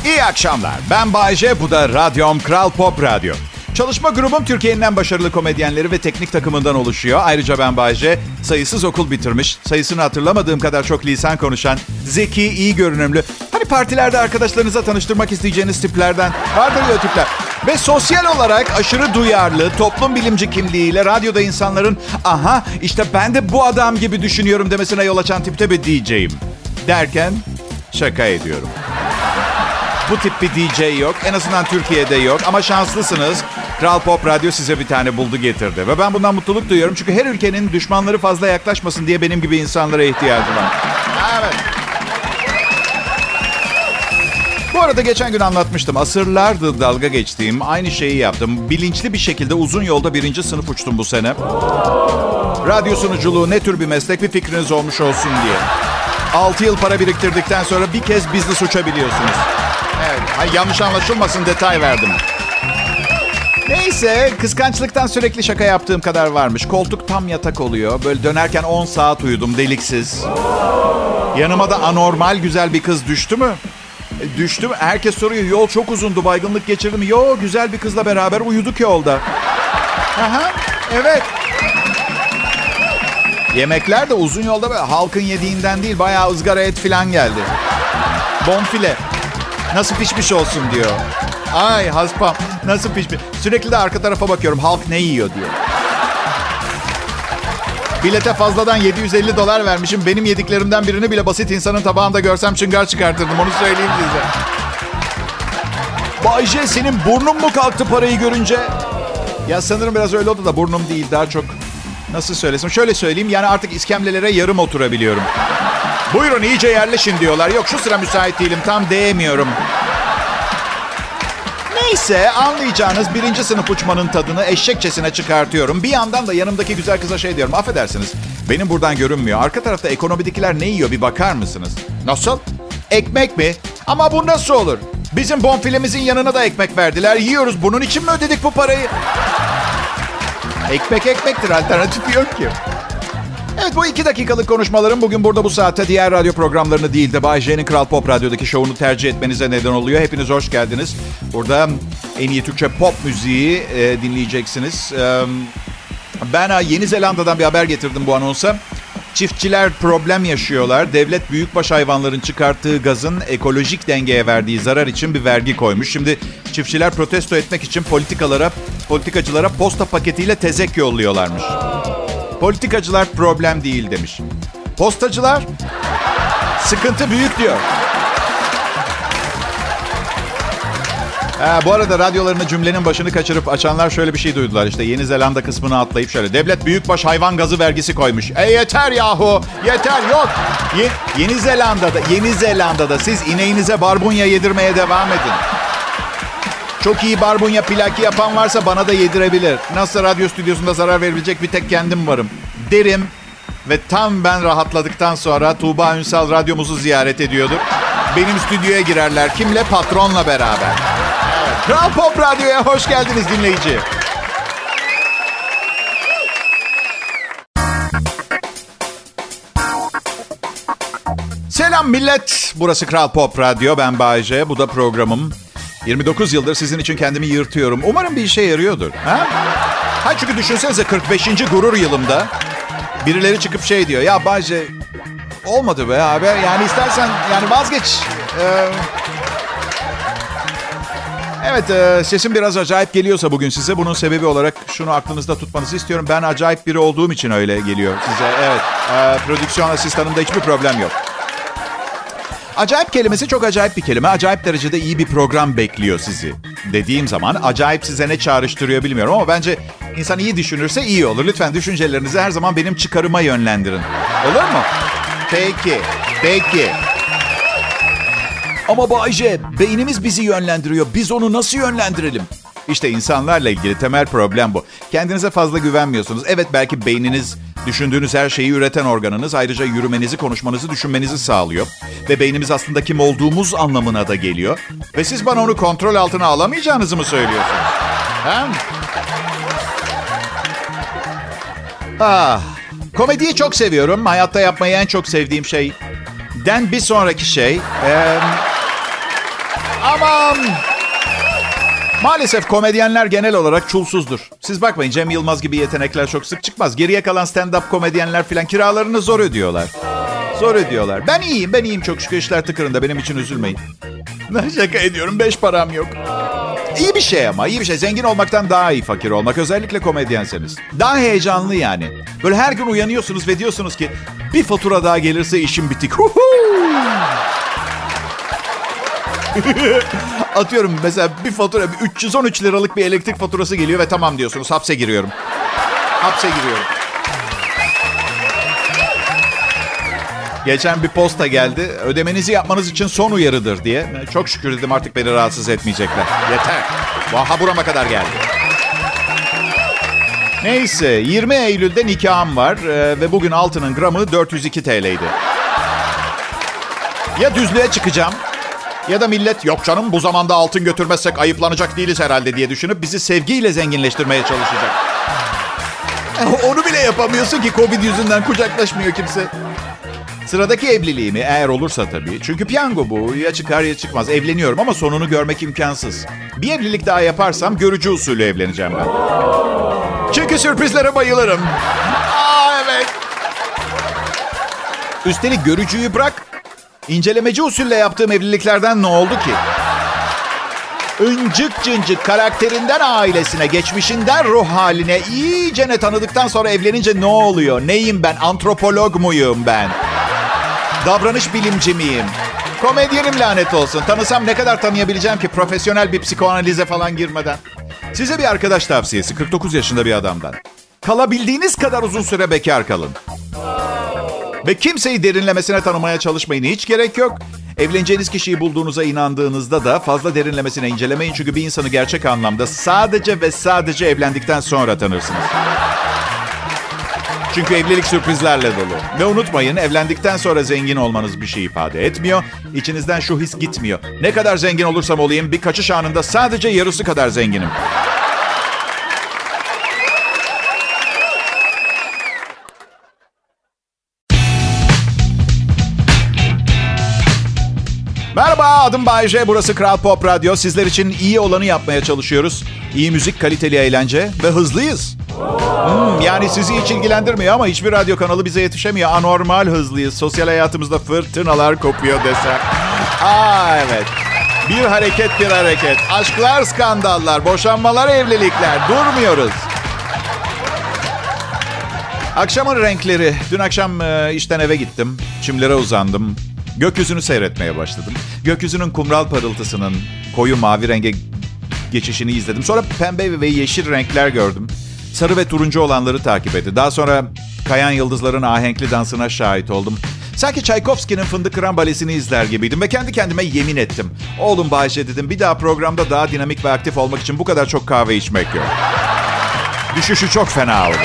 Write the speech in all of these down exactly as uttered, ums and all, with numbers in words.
İyi akşamlar. Ben Bay J, bu da Radyom Kral Pop Radyo. Çalışma grubum Türkiye'nin en başarılı komedyenleri ve teknik takımından oluşuyor. Ayrıca ben Bay J, sayısız okul bitirmiş, sayısını hatırlamadığım kadar çok lisan konuşan, zeki, iyi görünümlü, hani partilerde arkadaşlarınıza tanıştırmak isteyeceğiniz tiplerden, vardır ya o tipler. Ve sosyal olarak aşırı duyarlı, toplum bilimci kimliğiyle radyoda insanların aha işte ben de bu adam gibi düşünüyorum demesine yol açan tipte bir D J'yim. Derken şaka ediyorum. Bu tip bir D J yok. En azından Türkiye'de yok. Ama şanslısınız. Kral Pop Radyo size bir tane buldu getirdi. Ve ben bundan mutluluk duyuyorum. Çünkü her ülkenin düşmanları fazla yaklaşmasın diye benim gibi insanlara ihtiyacı var. Evet. Bu arada geçen gün anlatmıştım. Asırlardır dalga geçtiğim aynı şeyi yaptım. Bilinçli bir şekilde uzun yolda birinci sınıf uçtum bu sene. Radyo sunuculuğu ne tür bir meslek, bir fikriniz olmuş olsun diye. altı yıl para biriktirdikten sonra bir kez business uçabiliyorsunuz. Evet, hayır, yanlış anlaşılmasın, detay verdim. Neyse, kıskançlıktan sürekli şaka yaptığım kadar varmış. Koltuk tam yatak oluyor. Böyle dönerken on saat uyudum deliksiz. Yanıma da anormal güzel bir kız düştü mü? E, düştü mü? Herkes soruyor, yol çok uzundu, baygınlık geçirdim. Yo, güzel bir kızla beraber uyuduk yolda. Aha, evet. Yemekler de uzun yolda böyle halkın yediğinden değil, bayağı ızgara et falan geldi. Bonfile. Nasıl pişmiş olsun diyor. Ay haspam, nasıl pişmiş. Sürekli de arka tarafa bakıyorum, halk ne yiyor diyor. Bilete fazladan yedi yüz elli dolar vermişim. Benim yediklerimden birini bile basit insanın tabağında görsem çıngar çıkartırdım, onu söyleyeyim size. Bay J, senin burnun mu kalktı parayı görünce? Ya sanırım biraz öyle oldu da burnum değil, daha çok... Nasıl söylesem? Şöyle söyleyeyim, yani artık iskemlelere yarım oturabiliyorum. Buyurun iyice yerleşin diyorlar. Yok şu sıra müsait değilim, tam değemiyorum. Neyse, anlayacağınız birinci sınıf uçmanın tadını eşekçesine çıkartıyorum. Bir yandan da yanımdaki güzel kıza şey diyorum. Affedersiniz, benim buradan görünmüyor. Arka tarafta ekonomidekiler ne yiyor bir bakar mısınız? Nasıl? Ekmek mi? Ama bu nasıl olur? Bizim bonfilemizin yanına da ekmek verdiler. Yiyoruz. Bunun için mi ödedik bu parayı? Ekmek ekmektir. Alternatifi yok ki. Evet, bu iki dakikalık konuşmalarım bugün burada bu saatte diğer radyo programlarını değil de Bay J'nin Kral Pop Radyo'daki şovunu tercih etmenize neden oluyor. Hepiniz hoş geldiniz. Burada en iyi Türkçe pop müziği e, dinleyeceksiniz. E, ben Yeni Zelanda'dan bir haber getirdim bu anonsa. Çiftçiler problem yaşıyorlar. Devlet büyükbaş hayvanların çıkarttığı gazın ekolojik dengeye verdiği zarar için bir vergi koymuş. Şimdi çiftçiler protesto etmek için politikalara, politikacılara posta paketiyle tezek yolluyorlarmış. Politikacılar problem değil demiş. Postacılar sıkıntı büyük diyor. Ha, bu arada radyolarını cümlenin başını kaçırıp açanlar şöyle bir şey duydular. İşte Yeni Zelanda kısmını atlayıp şöyle. Devlet büyükbaş hayvan gazı vergisi koymuş. E yeter yahu. Yeter yok. Ye- Yeni Zelanda'da, Yeni Zelanda'da siz ineğinize barbunya yedirmeye devam edin. Çok iyi barbunya plaki yapan varsa bana da yedirebilir. Nasıl radyo stüdyosunda zarar verebilecek bir tek kendim varım derim. Ve tam ben rahatladıktan sonra Tuğba Ünsal radyomuzu ziyaret ediyordu. Benim stüdyoya girerler. Kimle? Patronla beraber. Evet. Kral Pop Radyo'ya hoş geldiniz dinleyici. Selam millet. Burası Kral Pop Radyo. Ben Bay J. Bu da programım. yirmi dokuz yıldır sizin için kendimi yırtıyorum. Umarım bir işe yarıyordur. Ha? Ha çünkü düşünsenize kırk beşinci gurur yılımda birileri çıkıp şey diyor. Ya Bay J, olmadı be abi. Yani istersen yani vazgeç. Ee, evet e, sesim biraz acayip geliyorsa bugün size bunun sebebi olarak şunu aklınızda tutmanızı istiyorum. Ben acayip biri olduğum için öyle geliyor size. Evet e, prodüksiyon asistanımda hiçbir problem yok. Acayip kelimesi çok acayip bir kelime. Acayip derecede iyi bir program bekliyor sizi. Dediğim zaman acayip size ne çağrıştırıyor bilmiyorum ama bence insan iyi düşünürse iyi olur. Lütfen düşüncelerinizi her zaman benim çıkarıma yönlendirin. Olur mu? Peki, peki. Ama Bay J, beynimiz bizi yönlendiriyor. Biz onu nasıl yönlendirelim? İşte insanlarla ilgili temel problem bu. Kendinize fazla güvenmiyorsunuz. Evet, belki beyniniz düşündüğünüz her şeyi üreten organınız. Ayrıca yürümenizi, konuşmanızı, düşünmenizi sağlıyor. Ve beynimiz aslında kim olduğumuz anlamına da geliyor. Ve siz bana onu kontrol altına alamayacağınızı mı söylüyorsunuz? Ha? Ah, komediyi çok seviyorum. Hayatta yapmayı en çok sevdiğim şey. Den bir sonraki şey... Ee, Aman! Maalesef komedyenler genel olarak çulsuzdur. Siz bakmayın, Cem Yılmaz gibi yetenekler çok sık çıkmaz. Geriye kalan stand-up komedyenler filan kiralarını zor ödüyorlar. Zor ödüyorlar. Ben iyiyim, ben iyiyim çok şükür, işler tıkırında. Benim için üzülmeyin. Ben şaka ediyorum, beş param yok. İyi bir şey ama, iyi bir şey. Zengin olmaktan daha iyi fakir olmak. Özellikle komedyenseniz. Daha heyecanlı yani. Böyle her gün uyanıyorsunuz ve diyorsunuz ki bir fatura daha gelirse işim bitik. Atıyorum mesela bir fatura, üç yüz on üç liralık bir elektrik faturası geliyor ve tamam diyorsunuz, hapse giriyorum. Hapse giriyorum. Geçen bir posta geldi. Ödemenizi yapmanız için son uyarıdır diye. Çok şükür dedim, artık beni rahatsız etmeyecekler. Yeter. Vaha burama kadar geldi. Neyse, yirmi Eylül'de nikahım var ve bugün altının gramı dört yüz iki T L'ydi. Ya düzlüğe çıkacağım ya da millet yok canım bu zamanda altın götürmezsek ayıplanacak değiliz herhalde diye düşünüp bizi sevgiyle zenginleştirmeye çalışacak. Onu bile yapamıyorsun ki, Covid yüzünden kucaklaşmıyor kimse. Sıradaki evliliğimi eğer olursa tabii. Çünkü piyango bu. Ya çıkar ya çıkmaz. Evleniyorum ama sonunu görmek imkansız. Bir evlilik daha yaparsam görücü usulü evleneceğim ben. Çünkü sürprizlere bayılırım. Aa evet. Üstelik görücüyü bırak. İncelemeci usulle yaptığım evliliklerden ne oldu ki? Incık cıncık karakterinden ailesine, geçmişinden ruh haline iyicene tanıdıktan sonra evlenince ne oluyor? Neyim ben? Antropolog muyum ben? Davranış bilimci miyim? Komedyenim lanet olsun. Tanısam ne kadar tanıyabileceğim ki profesyonel bir psikoanalize falan girmeden? Size bir arkadaş tavsiyesi kırk dokuz yaşında bir adamdan. Kalabildiğiniz kadar uzun süre bekar kalın. Ve kimseyi derinlemesine tanımaya çalışmayın. Hiç gerek yok. Evleneceğiniz kişiyi bulduğunuza inandığınızda da fazla derinlemesine incelemeyin. Çünkü bir insanı gerçek anlamda sadece ve sadece evlendikten sonra tanırsınız. Çünkü evlilik sürprizlerle dolu. Ve unutmayın, evlendikten sonra zengin olmanız bir şey ifade etmiyor. İçinizden şu his gitmiyor. Ne kadar zengin olursam olayım bir kaçış anında sadece yarısı kadar zenginim. Merhaba, adım Bay J. Burası Kral Pop Radyo. Sizler için iyi olanı yapmaya çalışıyoruz. İyi müzik, kaliteli eğlence ve hızlıyız. Hmm, yani sizi hiç ilgilendirmiyor ama hiçbir radyo kanalı bize yetişemiyor. Anormal hızlıyız. Sosyal hayatımızda fırtınalar kopuyor desem. Aa evet. Bir hareket bir hareket. Aşklar, skandallar, boşanmalar, evlilikler. Durmuyoruz. Akşamın renkleri. Dün akşam işten eve gittim. Çimlere uzandım. Gökyüzünü seyretmeye başladım. Gökyüzünün kumral parıltısının koyu mavi renge geçişini izledim. Sonra pembe ve yeşil renkler gördüm. Sarı ve turuncu olanları takip etti. Daha sonra kayan yıldızların ahenkli dansına şahit oldum. Sanki Tchaikovsky'nin Fındık Kıran Balesi'ni izler gibiydim. Ve kendi kendime yemin ettim. Oğlum Bayşe dedim, bir daha programda daha dinamik ve aktif olmak için bu kadar çok kahve içmek yok. Düşüşü çok fena oldu.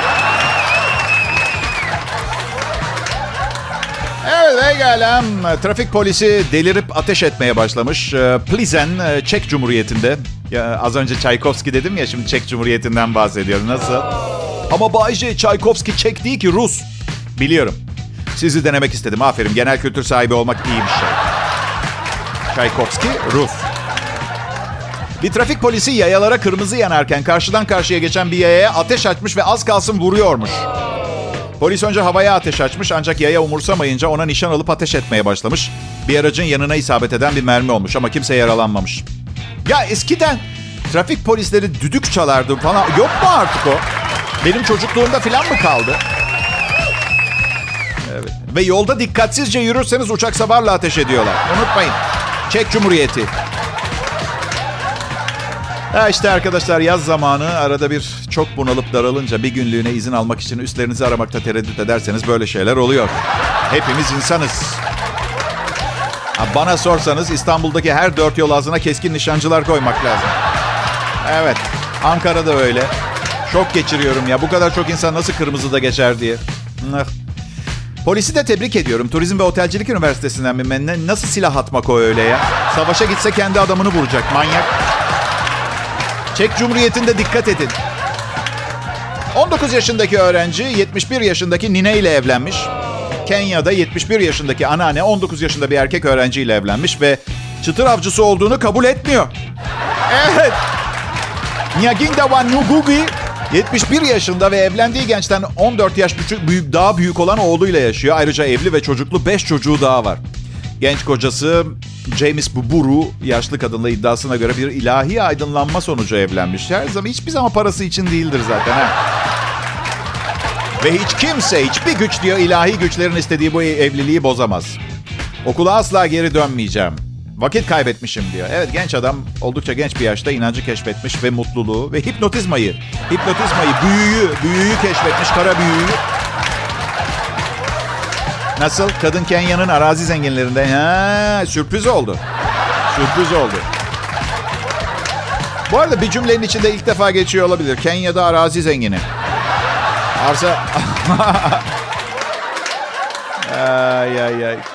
Evet, egalem. Trafik polisi delirip ateş etmeye başlamış. Plizen, Çek Cumhuriyeti'nde. Ya, az önce Tchaikovsky dedim ya, şimdi Çek Cumhuriyeti'nden bahsediyorum. Nasıl? Ama Bayce, Tchaikovsky Çek değil ki, Rus. Biliyorum. Sizi denemek istedim. Aferin. Genel kültür sahibi olmak iyi bir şey. Tchaikovsky, Rus. Bir trafik polisi yayalara kırmızı yanarken karşıdan karşıya geçen bir yayaya ateş açmış ve az kalsın vuruyormuş. Polis önce havaya ateş açmış ancak yaya umursamayınca ona nişan alıp ateş etmeye başlamış. Bir aracın yanına isabet eden bir mermi olmuş ama kimse yaralanmamış. Ya eskiden trafik polisleri düdük çalardı falan. Yok mu artık o? Benim çocukluğumda falan mı kaldı? Evet. Ve yolda dikkatsizce yürürseniz uçak savarla ateş ediyorlar. Unutmayın. Çek Cumhuriyeti. Ha işte arkadaşlar, yaz zamanı arada bir çok bunalıp daralınca bir günlüğüne izin almak için üstlerinizi aramakta tereddüt ederseniz böyle şeyler oluyor. Hepimiz insanız. Ha, bana sorsanız İstanbul'daki her dört yol ağzına keskin nişancılar koymak lazım. Evet, Ankara'da öyle. Şok geçiriyorum ya, bu kadar çok insan nasıl kırmızıda geçer diye. Polisi de tebrik ediyorum. Turizm ve Otelcilik Üniversitesi'nden mi? Nasıl silah atmak o öyle ya? Savaşa gitse kendi adamını vuracak, manyak. Çek Cumhuriyeti'nde dikkat edin. on dokuz yaşındaki öğrenci yetmiş bir yaşındaki nine ile evlenmiş. Kenya'da yetmiş bir yaşındaki anneanne on dokuz yaşında bir erkek öğrenciyle evlenmiş ve çıtır avcısı olduğunu kabul etmiyor. Evet. Nyaginda Nugugi yetmiş bir yaşında ve evlendiği gençten on dört yaş küçük, büyük, daha büyük olan oğluyla yaşıyor. Ayrıca evli ve çocuklu beş çocuğu daha var. Genç kocası James Buburu yaşlı kadınla iddiasına göre bir ilahi aydınlanma sonucu evlenmiş. Her zaman hiçbir zaman parası için değildir zaten. Ha? Ve hiç kimse, hiçbir güç diyor ilahi güçlerin istediği bu evliliği bozamaz. Okula asla geri dönmeyeceğim. Vakit kaybetmişim diyor. Evet, genç adam oldukça genç bir yaşta inancı keşfetmiş ve mutluluğu ve hipnotizmayı, hipnotizmayı, büyüyü, büyüyü keşfetmiş, kara büyüyü. Nasıl? Kadın Kenya'nın arazi zenginlerinde. Ha, sürpriz oldu. Sürpriz oldu. Bu arada bir cümlenin içinde ilk defa geçiyor olabilir. Kenya'da arazi zengini. Arsa... ay ay ay.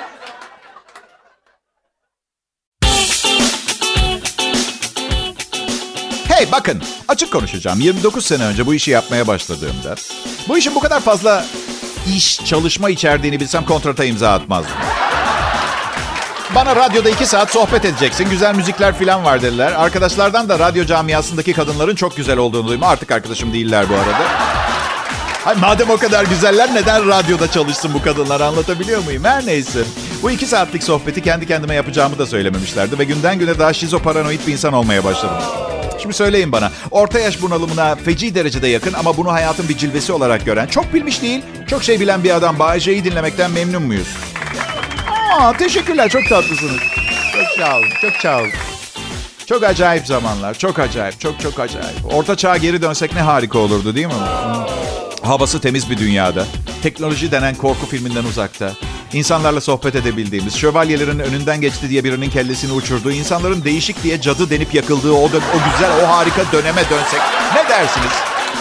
Hey bakın, açık konuşacağım. yirmi dokuz sene önce bu işi yapmaya başladığımda, bu işin bu kadar fazla iş, çalışma içerdiğini bilsem kontrata imza atmazdım. Bana radyoda iki saat sohbet edeceksin, güzel müzikler falan var dediler. Arkadaşlardan da radyo camiasındaki kadınların çok güzel olduğunu duydum. Artık arkadaşım değiller bu arada. Ay, madem o kadar güzeller neden radyoda çalışsın bu kadınlar, anlatabiliyor muyum? Her neyse. Bu iki saatlik sohbeti kendi kendime yapacağımı da söylememişlerdi ve günden güne daha şizoparanoid bir insan olmaya başladım. Şimdi söyleyin bana, orta yaş bunalımına feci derecede yakın ama bunu hayatın bir cilvesi olarak gören, çok bilmiş değil, çok şey bilen bir adam Bay J'yi dinlemekten memnun muyuz? Aa, teşekkürler, çok tatlısınız. Çok sağ olun, çok sağ olun. Çok acayip zamanlar, çok acayip, çok çok acayip. Orta çağa geri dönsek ne harika olurdu değil mi? Havası temiz bir dünyada, teknoloji denen korku filminden uzakta, İnsanlarla sohbet edebildiğimiz, şövalyelerin önünden geçti diye birinin kellesini uçurduğu, insanların değişik diye cadı denip yakıldığı o, o güzel, o harika döneme dönsek ne dersiniz?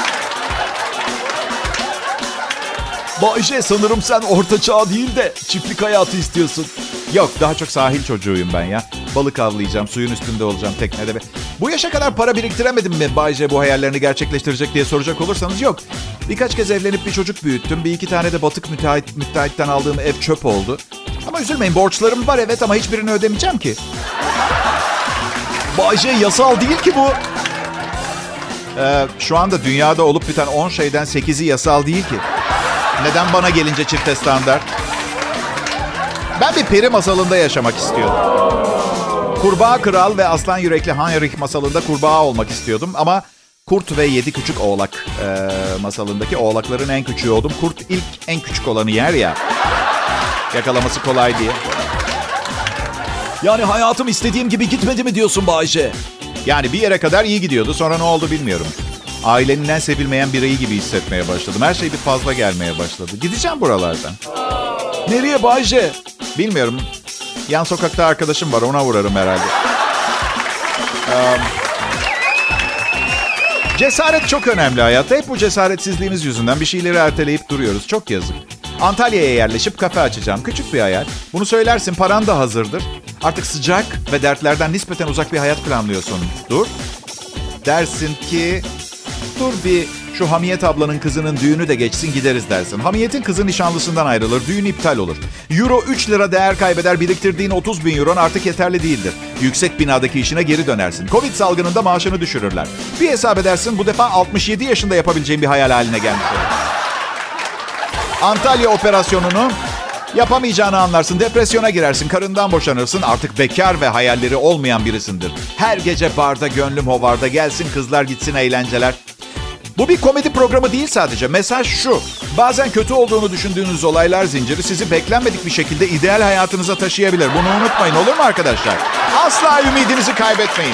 Bayce, sanırım sen orta çağ değil de çiftlik hayatı istiyorsun. Yok, daha çok sahil çocuğuyum ben ya. Balık avlayacağım, suyun üstünde olacağım teknede. Be. Bu yaşa kadar para biriktiremedim mi Bayce bu hayallerini gerçekleştirecek diye soracak olursanız yok. Birkaç kez evlenip bir çocuk büyüttüm. Bir iki tane de batık müteahhit, müteahhitten aldığım ev çöp oldu. Ama üzülmeyin, borçlarım var evet ama hiçbirini ödemeyeceğim ki. Bayce, yasal değil ki bu. Ee, şu anda dünyada olup biten on şeyden sekizi yasal değil ki. Neden bana gelince çifte standart? Ben bir peri masalında yaşamak istiyordum. Kurbağa Kral ve Aslan Yürekli Heinrich masalında kurbağa olmak istiyordum. Ama Kurt ve Yedi Küçük Oğlak e, masalındaki oğlakların en küçüğü oldum. Kurt ilk en küçük olanı yer ya. Yakalaması kolay diye. Yani hayatım istediğim gibi gitmedi mi diyorsun Bayce? Yani bir yere kadar iyi gidiyordu. Sonra ne oldu bilmiyorum. Ailenin en sevilmeyen bireyi gibi hissetmeye başladım. Her şey bir fazla gelmeye başladı. Gideceğim buralardan. Nereye Bayce? Bilmiyorum. Yan sokakta arkadaşım var. Ona uğrarım herhalde. Um, cesaret çok önemli hayatta. Hep bu cesaretsizliğimiz yüzünden bir şeyleri erteleyip duruyoruz. Çok yazık. Antalya'ya yerleşip kafe açacağım. Küçük bir hayal. Bunu söylersin, paran da hazırdır. Artık sıcak ve dertlerden nispeten uzak bir hayat planlıyorsun. Dur. Dersin ki... Dur bir şu Hamiyet ablanın kızının düğünü de geçsin gideriz dersin. Hamiyet'in kızı nişanlısından ayrılır. Düğün iptal olur. Euro üç lira değer kaybeder. Biriktirdiğin otuz bin euron artık yeterli değildir. Yüksek binadaki işine geri dönersin. Covid salgınında maaşını düşürürler. Bir hesap edersin, bu defa altmış yedi yaşında yapabileceğin bir hayal haline gelmiş olur. Antalya operasyonunu yapamayacağını anlarsın. Depresyona girersin. Karından boşanırsın. Artık bekar ve hayalleri olmayan birisindir. Her gece barda gönlüm hovarda. Gelsin kızlar, gitsin eğlenceler. Bu bir komedi programı değil sadece. Mesaj şu. Bazen kötü olduğunu düşündüğünüz olaylar zinciri sizi beklenmedik bir şekilde ideal hayatınıza taşıyabilir. Bunu unutmayın, olur mu arkadaşlar? Asla ümidinizi kaybetmeyin.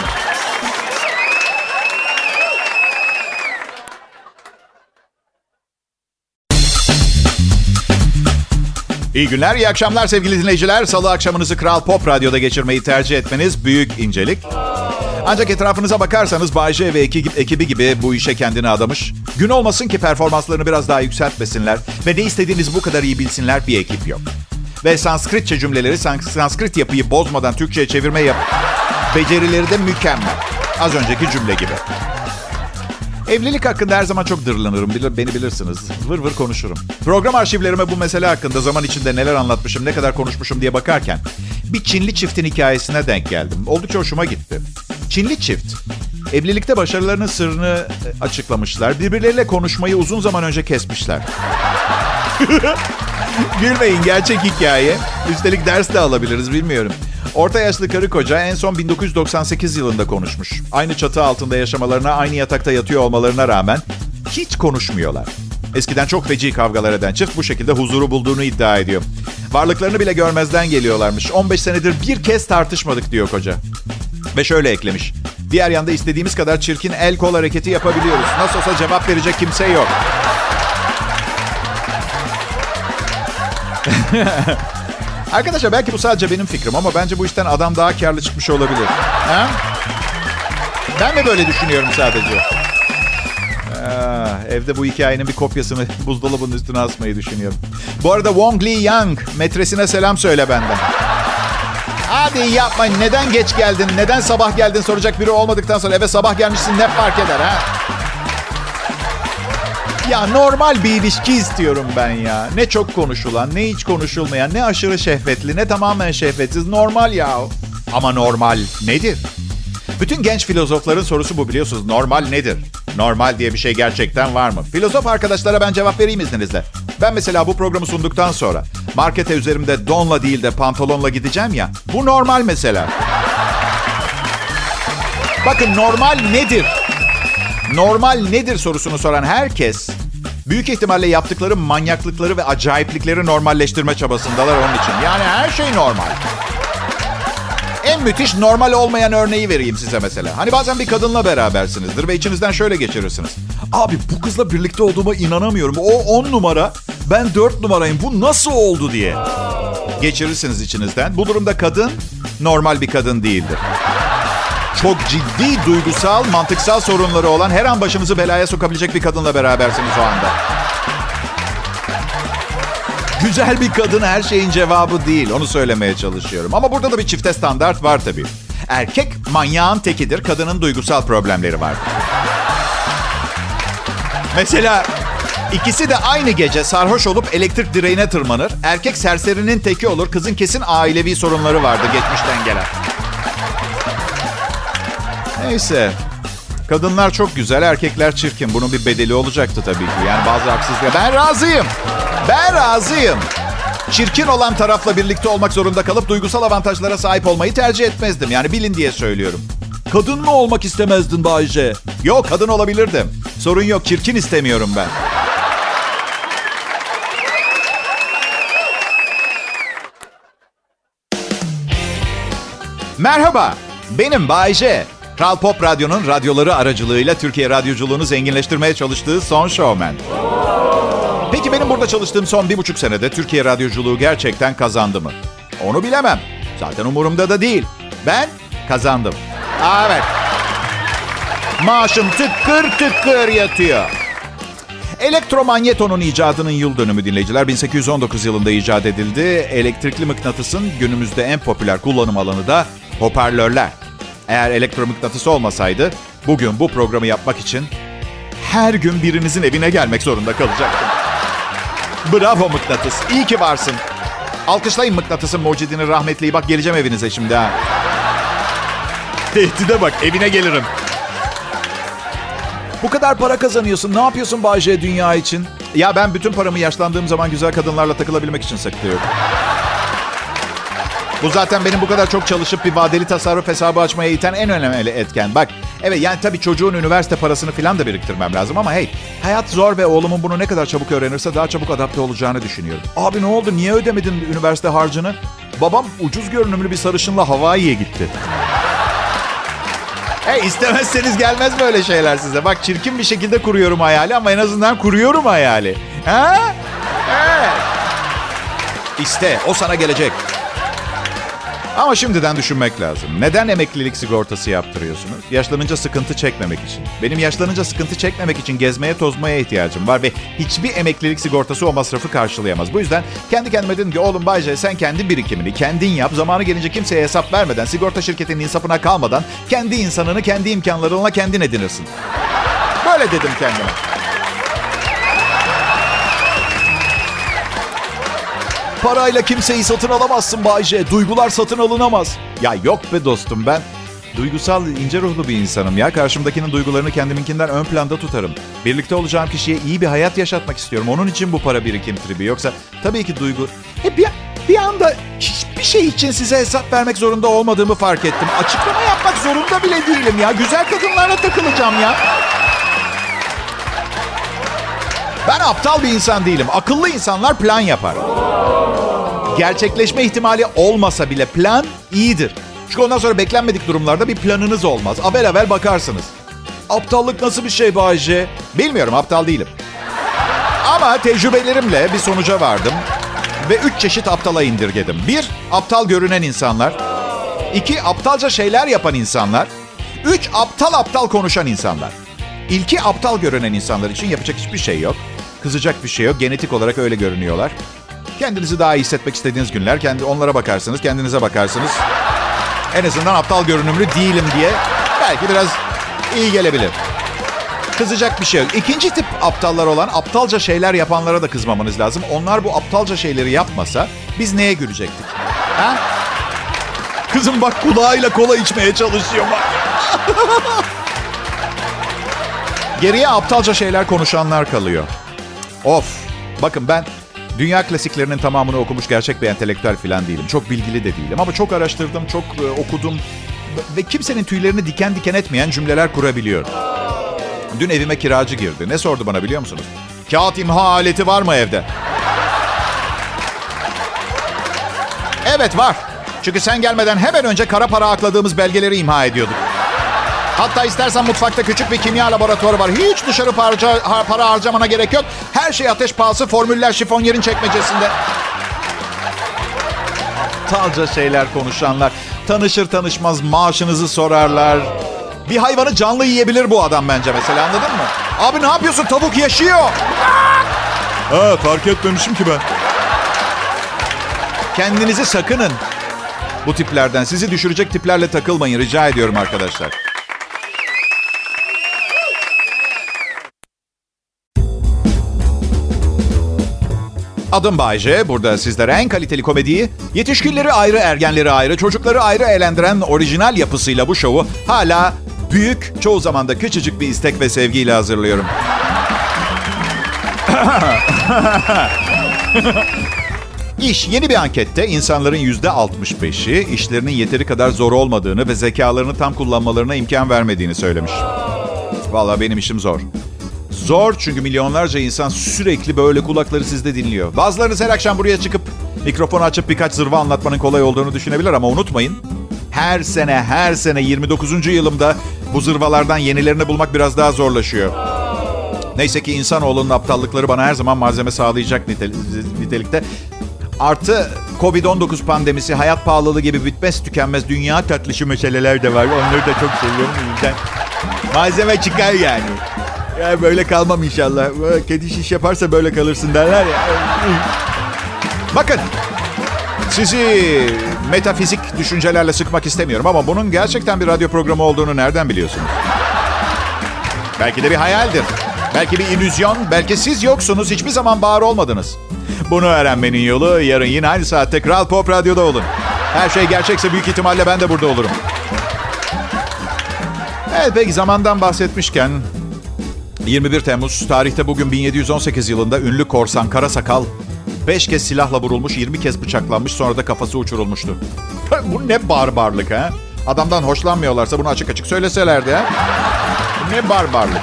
İyi günler, iyi akşamlar sevgili dinleyiciler. Salı akşamınızı Kral Pop Radyo'da geçirmeyi tercih etmeniz büyük incelik. Ancak etrafınıza bakarsanız Bay J ve ekibi gibi bu işe kendini adamış. Gün olmasın ki performanslarını biraz daha yükseltmesinler ve ne istediğinizi bu kadar iyi bilsinler bir ekip yok. Ve Sanskritçe cümleleri, Sanskrit yapıyı bozmadan Türkçe'ye çevirme yap becerileri de mükemmel. Az önceki cümle gibi. Evlilik hakkında her zaman çok dırlanırım. Bilir, beni bilirsiniz. Vır vır konuşurum. Program arşivlerime bu mesele hakkında zaman içinde neler anlatmışım, ne kadar konuşmuşum diye bakarken bir Çinli çiftin hikayesine denk geldim. Oldukça hoşuma gitti. Çinli çift evlilikte başarılarının sırrını açıklamışlar. Birbirleriyle konuşmayı uzun zaman önce kesmişler. Gülmeyin, gerçek hikaye. Üstelik ders de alabiliriz, bilmiyorum. Orta yaşlı karı koca en son bin dokuz yüz doksan sekiz yılında konuşmuş. Aynı çatı altında yaşamalarına, aynı yatakta yatıyor olmalarına rağmen hiç konuşmuyorlar. Eskiden çok feci kavgalar eden çift bu şekilde huzuru bulduğunu iddia ediyor. Varlıklarını bile görmezden geliyorlarmış. on beş senedir bir kez tartışmadık diyor koca. Ve şöyle eklemiş. Diğer yanda istediğimiz kadar çirkin el kol hareketi yapabiliyoruz. Nasıl olsa cevap verecek kimse yok. Arkadaşlar belki bu sadece benim fikrim ama bence bu işten adam daha karlı çıkmış olabilir. Ha? Ben mi böyle düşünüyorum sadece? Aa, evde bu hikayenin bir kopyasını buzdolabının üstüne asmayı düşünüyorum. Bu arada Wong Li Yang, metresine selam söyle benden. Hadi yapmayın. Neden geç geldin? Neden sabah geldin soracak biri olmadıktan sonra eve sabah gelmişsin ne fark eder ha? Ya normal bir ilişki istiyorum ben ya. Ne çok konuşulan, ne hiç konuşulmayan, ne aşırı şehvetli, ne tamamen şehvetsiz. Normal ya. Ama normal nedir? Bütün genç filozofların sorusu bu, biliyorsunuz. Normal nedir? Normal diye bir şey gerçekten var mı? Filozof arkadaşlara ben cevap vereyim izninizle. Ben mesela bu programı sunduktan sonra markete üzerimde donla değil de pantolonla gideceğim ya. Bu normal mesela. Bakın normal nedir? Normal nedir sorusunu soran herkes büyük ihtimalle yaptıkları manyaklıkları ve acayiplikleri normalleştirme çabasındalar onun için. Yani her şey normal. En müthiş normal olmayan örneği vereyim size mesela. Hani bazen bir kadınla berabersinizdir ve içinizden şöyle geçirirsiniz. Abi bu kızla birlikte olduğuma inanamıyorum. O on numara, ben dört numarayım. Bu nasıl oldu diye. Geçirirsiniz içinizden. Bu durumda kadın normal bir kadın değildir. Çok ciddi duygusal, mantıksal sorunları olan, her an başınızı belaya sokabilecek bir kadınla berabersiniz o anda. Güzel bir kadın her şeyin cevabı değil. Onu söylemeye çalışıyorum. Ama burada da bir çifte standart var tabii. Erkek manyağın tekidir. Kadının duygusal problemleri vardır. Mesela ikisi de aynı gece sarhoş olup elektrik direğine tırmanır. Erkek serserinin teki olur. Kızın kesin ailevi sorunları vardır geçmişten gelen. Neyse. Kadınlar çok güzel, erkekler çirkin. Bunun bir bedeli olacaktı tabii ki. Yani bazı haksızlıklar. Ben razıyım. Ben razıyım. Çirkin olan tarafla birlikte olmak zorunda kalıp duygusal avantajlara sahip olmayı tercih etmezdim. Yani bilin diye söylüyorum. Kadın mı olmak istemezdin Bayce? Yok, kadın olabilirdim. Sorun yok, çirkin istemiyorum ben. Merhaba, benim Bayce. Kral Pop Radyo'nun radyoları aracılığıyla Türkiye radyoculuğunu zenginleştirmeye çalıştığı son showman. Peki benim burada çalıştığım son bir buçuk senede Türkiye radyoculuğu gerçekten kazandı mı? Onu bilemem. Zaten umurumda da değil. Ben kazandım. Aa, evet. Maaşım tıkır tıkır yatıyor. Elektromanyetonun icadının yıl dönümü dinleyiciler. bin sekiz yüz on dokuz yılında icat edildi. Elektrikli mıknatısın günümüzde en popüler kullanım alanı da hoparlörler. Eğer elektromıknatıs olmasaydı bugün bu programı yapmak için her gün birinizin evine gelmek zorunda kalacaktım. Bravo mıknatıs. İyi ki varsın. Alkışlayın mıknatısın mucidini, rahmetliyi. Bak geleceğim evinize şimdi ha. Tehdide bak, evine gelirim. Bu kadar para kazanıyorsun. Ne yapıyorsun Bayce dünya için? Ya ben bütün paramı yaşlandığım zaman güzel kadınlarla takılabilmek için saklıyorum. Bu zaten benim bu kadar çok çalışıp bir vadeli tasarruf hesabı açmaya iten en önemli etken. Bak, evet yani tabii çocuğun üniversite parasını falan da biriktirmem lazım ama hey, hayat zor ve oğlumun bunu ne kadar çabuk öğrenirse daha çabuk adapte olacağını düşünüyorum. Abi ne oldu? Niye ödemedin üniversite harcını? Babam ucuz görünümlü bir sarışınla Hawaii'ye gitti. Hey, istemezseniz gelmez böyle şeyler size. Bak çirkin bir şekilde kuruyorum hayali ama en azından kuruyorum hayali. Ha? Evet. İşte o sana gelecek. Ama şimdiden düşünmek lazım. Neden emeklilik sigortası yaptırıyorsunuz? Yaşlanınca sıkıntı çekmemek için. Benim yaşlanınca sıkıntı çekmemek için gezmeye tozmaya ihtiyacım var ve hiçbir emeklilik sigortası o masrafı karşılayamaz. Bu yüzden kendi kendime dedim ki oğlum Bayce sen kendi birikimini kendin yap. Zamanı gelince kimseye hesap vermeden, sigorta şirketinin insafına kalmadan kendi insanını kendi imkanlarınla kendin edinirsin. Böyle dedim kendime. Parayla kimseyi satın alamazsın Bay J. Duygular satın alınamaz. Ya yok be dostum, ben duygusal, ince ruhlu bir insanım ya. Karşımdakinin duygularını kendiminkinden ön planda tutarım. Birlikte olacağım kişiye iyi bir hayat yaşatmak istiyorum. Onun için bu para birikim tribi. Yoksa tabii ki duygu... E bir, bir anda hiçbir şey için size hesap vermek zorunda olmadığımı fark ettim. Açıklama yapmak zorunda bile değilim ya. Güzel kadınlarla takılacağım ya. Ben aptal bir insan değilim. Akıllı insanlar plan yapar. Gerçekleşme ihtimali olmasa bile plan iyidir. Çünkü ondan sonra beklenmedik durumlarda bir planınız olmaz. Avel avel bakarsınız. Aptallık nasıl bir şey Bay J? Bilmiyorum, aptal değilim. Ama tecrübelerimle bir sonuca vardım. Ve üç çeşit aptala indirgedim. Bir, aptal görünen insanlar. İki, aptalca şeyler yapan insanlar. Üç, aptal aptal konuşan insanlar. İlki aptal görünen insanlar için yapacak hiçbir şey yok. Kızacak bir şey yok. Genetik olarak öyle görünüyorlar. Kendinizi daha iyi hissetmek istediğiniz günler kendi onlara bakarsınız, kendinize bakarsınız. En azından aptal görünümlü değilim diye belki biraz iyi gelebilir. Kızacak bir şey yok. İkinci tip aptallar olan aptalca şeyler yapanlara da kızmamanız lazım. Onlar bu aptalca şeyleri yapmasa biz neye gülecektik? Ha? Kızım bak kulağıyla kola içmeye çalışıyor bak. Geriye aptalca şeyler konuşanlar kalıyor. Of. Bakın ben dünya klasiklerinin tamamını okumuş gerçek bir entelektüel falan değilim. Çok bilgili de değilim ama çok araştırdım, çok e, okudum. Ve kimsenin tüylerini diken diken etmeyen cümleler kurabiliyorum. Dün evime kiracı girdi. Ne sordu bana biliyor musunuz? Kağıt imha aleti var mı evde? Evet var. Çünkü sen gelmeden hemen önce kara para akladığımız belgeleri imha ediyorduk. Hatta istersen mutfakta küçük bir kimya laboratuvarı var. Hiç dışarı para, para harcamana gerek yok. Her şey ateş pahası, formüller şifonyerin çekmecesinde. Aptalca şeyler konuşanlar. Tanışır tanışmaz maaşınızı sorarlar. Bir hayvanı canlı yiyebilir bu adam bence mesela, anladın mı? Abi ne yapıyorsun? Tavuk yaşıyor. Ha, fark etmemişim ki ben. Kendinizi sakının. Bu tiplerden, sizi düşürecek tiplerle takılmayın rica ediyorum arkadaşlar. Adım Bay J. Burada sizlere en kaliteli komediyi, yetişkinleri ayrı, ergenleri ayrı, çocukları ayrı eğlendiren orijinal yapısıyla bu şovu hala büyük, çoğu zaman da küçücük bir istek ve sevgiyle hazırlıyorum. İş, yeni bir ankette insanların yüzde altmış beşi işlerinin yeteri kadar zor olmadığını ve zekalarını tam kullanmalarına imkan vermediğini söylemiş. Vallahi benim işim zor. Zor çünkü milyonlarca insan sürekli böyle kulakları sizde dinliyor. Bazılarınız her akşam buraya çıkıp mikrofonu açıp birkaç zırva anlatmanın kolay olduğunu düşünebilir ama unutmayın. Her sene, her sene yirmi dokuzuncu yılımda bu zırvalardan yenilerini bulmak biraz daha zorlaşıyor. Neyse ki insanoğlunun aptallıkları bana her zaman malzeme sağlayacak nitelikte. Artı kovid on dokuz pandemisi, hayat pahalılığı gibi bitmez tükenmez dünya tatlışı meseleler de var. Onları da çok seviyorum. Yüzden malzeme çıkar yani. Ya böyle kalmam inşallah. Kedi şiş yaparsa böyle kalırsın derler ya. Bakın. Sizi metafizik düşüncelerle sıkmak istemiyorum ama bunun gerçekten bir radyo programı olduğunu nereden biliyorsunuz? Belki de bir hayaldir. Belki bir illüzyon. Belki siz yoksunuz. Hiçbir zaman var olmadınız. Bunu öğrenmenin yolu yarın yine aynı saatte Kral Pop Radyo'da olun. Her şey gerçekse büyük ihtimalle ben de burada olurum. Evet, peki zamandan bahsetmişken yirmi bir Temmuz, tarihte bugün bin yedi yüz on sekiz yılında ünlü korsan Kara Sakal beş kez silahla vurulmuş, yirmi kez bıçaklanmış, sonra da kafası uçurulmuştu. Bu ne barbarlık ha? Adamdan hoşlanmıyorlarsa bunu açık açık söyleselerdi ha? Bu ne barbarlık?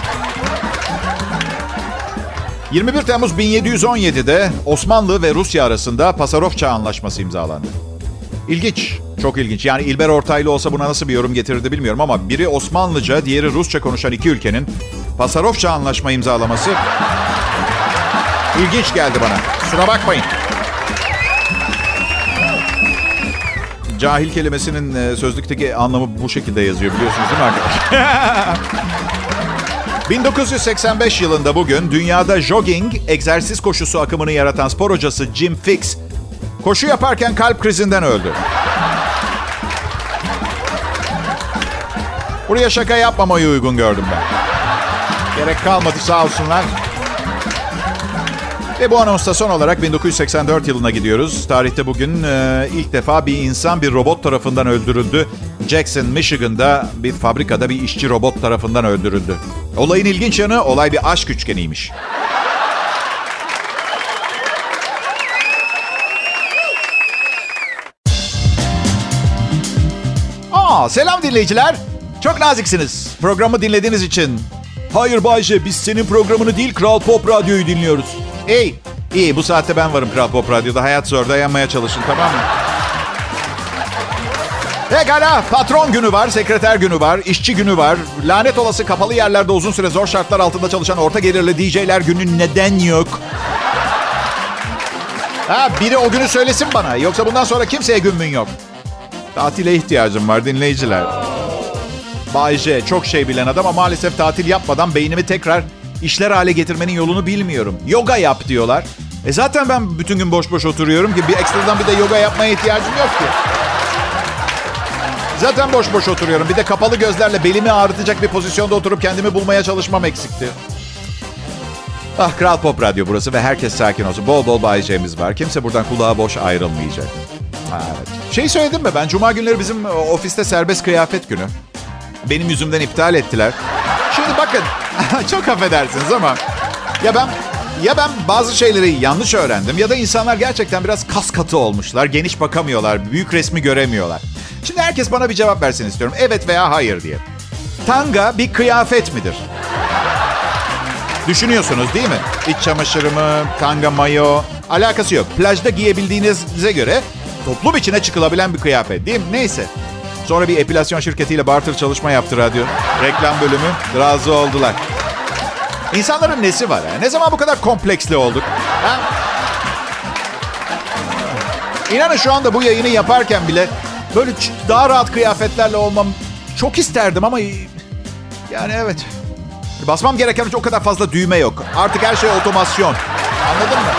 yirmi bir Temmuz bin yedi yüz on yedi'de Osmanlı ve Rusya arasında Pasarofça Anlaşması imzalandı. İlginç, çok ilginç. Yani İlber Ortaylı olsa buna nasıl bir yorum getirirdi bilmiyorum ama biri Osmanlıca, diğeri Rusça konuşan iki ülkenin Pasarofça Anlaşma imzalaması ilginç geldi bana. Kusura bakmayın. Cahil kelimesinin sözlükteki anlamı bu şekilde yazıyor, biliyorsunuz değil mi arkadaşlar? bin dokuz yüz seksen beş yılında bugün dünyada jogging, egzersiz koşusu akımını yaratan spor hocası Jim Fixx koşu yaparken kalp krizinden öldü. Buraya şaka yapmamayı uygun gördüm ben. Gerek kalmadı sağ olsunlar. Ve bu anonsta son olarak bin dokuz yüz seksen dört yılına gidiyoruz. Tarihte bugün e, ilk defa bir insan bir robot tarafından öldürüldü. Jackson, Michigan'da bir fabrikada bir işçi robot tarafından öldürüldü. Olayın ilginç yanı, olay bir aşk üçgeniymiş. Aa, selam dinleyiciler. Çok naziksiniz. Programı dinlediğiniz için. Hayır Bayce, biz senin programını değil, Kral Pop Radyo'yu dinliyoruz. Ey, iyi, bu saatte ben varım Kral Pop Radyo'da. Hayat zor, dayanmaya çalışın, tamam mı? Pekala, patron günü var, sekreter günü var, işçi günü var. Lanet olası kapalı yerlerde uzun süre zor şartlar altında çalışan orta gelirli D J'ler günü neden yok? Ha, biri o günü söylesin bana. Yoksa bundan sonra kimseye gün mün yok. Tatile ihtiyacım var dinleyiciler. Bay J çok şey bilen adam ama maalesef tatil yapmadan beynimi tekrar işler hale getirmenin yolunu bilmiyorum. Yoga yap diyorlar. E zaten ben bütün gün boş boş oturuyorum ki bir ekstradan bir de yoga yapmaya ihtiyacım yok ki. Zaten boş boş oturuyorum. Bir de kapalı gözlerle belimi ağrıtacak bir pozisyonda oturup kendimi bulmaya çalışmam eksikti. Ah, Kral Pop Radyo burası ve herkes sakin olsun. Bol bol Bay J'miz var. Kimse buradan kulağa boş ayrılmayacak. Ha, evet. Şey söyledim mi ben? Cuma günleri bizim ofiste serbest kıyafet günü. Benim yüzümden iptal ettiler. Şimdi bakın, çok affedersiniz ama ya ben ya ben bazı şeyleri yanlış öğrendim ya da insanlar gerçekten biraz kas katı olmuşlar, geniş bakamıyorlar, büyük resmi göremiyorlar. Şimdi herkes bana bir cevap versin istiyorum. Evet veya hayır diye. Tanga bir kıyafet midir? Düşünüyorsunuz değil mi? İç çamaşırı mı, tanga, mayo, alakası yok. Plajda giyebildiğinize göre toplum içine çıkılabilen bir kıyafet değil mi? Neyse. Sonra bir epilasyon şirketiyle barter çalışma yaptı radyo. Reklam bölümü. Razı oldular. İnsanların nesi var ya? Ne zaman bu kadar kompleksli olduk? Ha? İnanın şu anda bu yayını yaparken bile böyle daha rahat kıyafetlerle olmam çok isterdim ama yani evet. Basmam gereken o kadar fazla düğme yok. Artık her şey otomasyon. Anladın mı?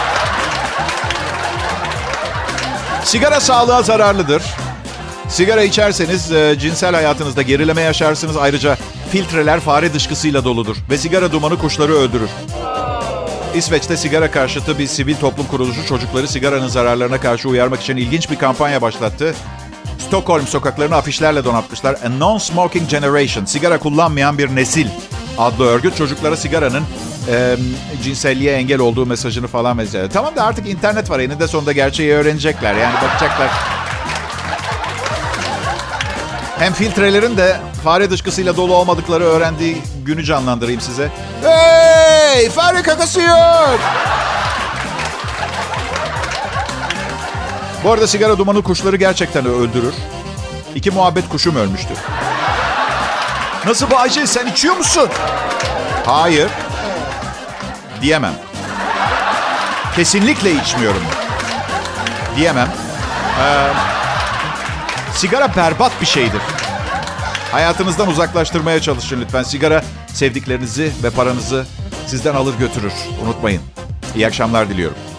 Sigara sağlığa zararlıdır. Sigara içerseniz e, cinsel hayatınızda gerileme yaşarsınız. Ayrıca filtreler fare dışkısıyla doludur. Ve sigara dumanı kuşları öldürür. İsveç'te sigara karşıtı bir sivil toplum kuruluşu çocukları sigaranın zararlarına karşı uyarmak için ilginç bir kampanya başlattı. Stockholm sokaklarını afişlerle donatmışlar. A Non-Smoking Generation, sigara kullanmayan bir nesil adlı örgüt çocuklara sigaranın e, cinselliğe engel olduğu mesajını falan mesela. Tamam da artık internet var. Eninde sonunda gerçeği öğrenecekler. Yani bakacaklar. Hem filtrelerin de fare dışkısıyla dolu olmadıkları öğrendiği günü canlandırayım size. Hey! Fare kakası yok! Bu arada sigara dumanı kuşları gerçekten öldürür. İki muhabbet kuşum ölmüştü. Nasıl Bayce, sen içiyor musun? Hayır. Diyemem. Kesinlikle içmiyorum. Diyemem. Ee, sigara berbat bir şeydir. Hayatınızdan uzaklaştırmaya çalışın lütfen. Sigara sevdiklerinizi ve paranızı sizden alır götürür. Unutmayın. İyi akşamlar diliyorum.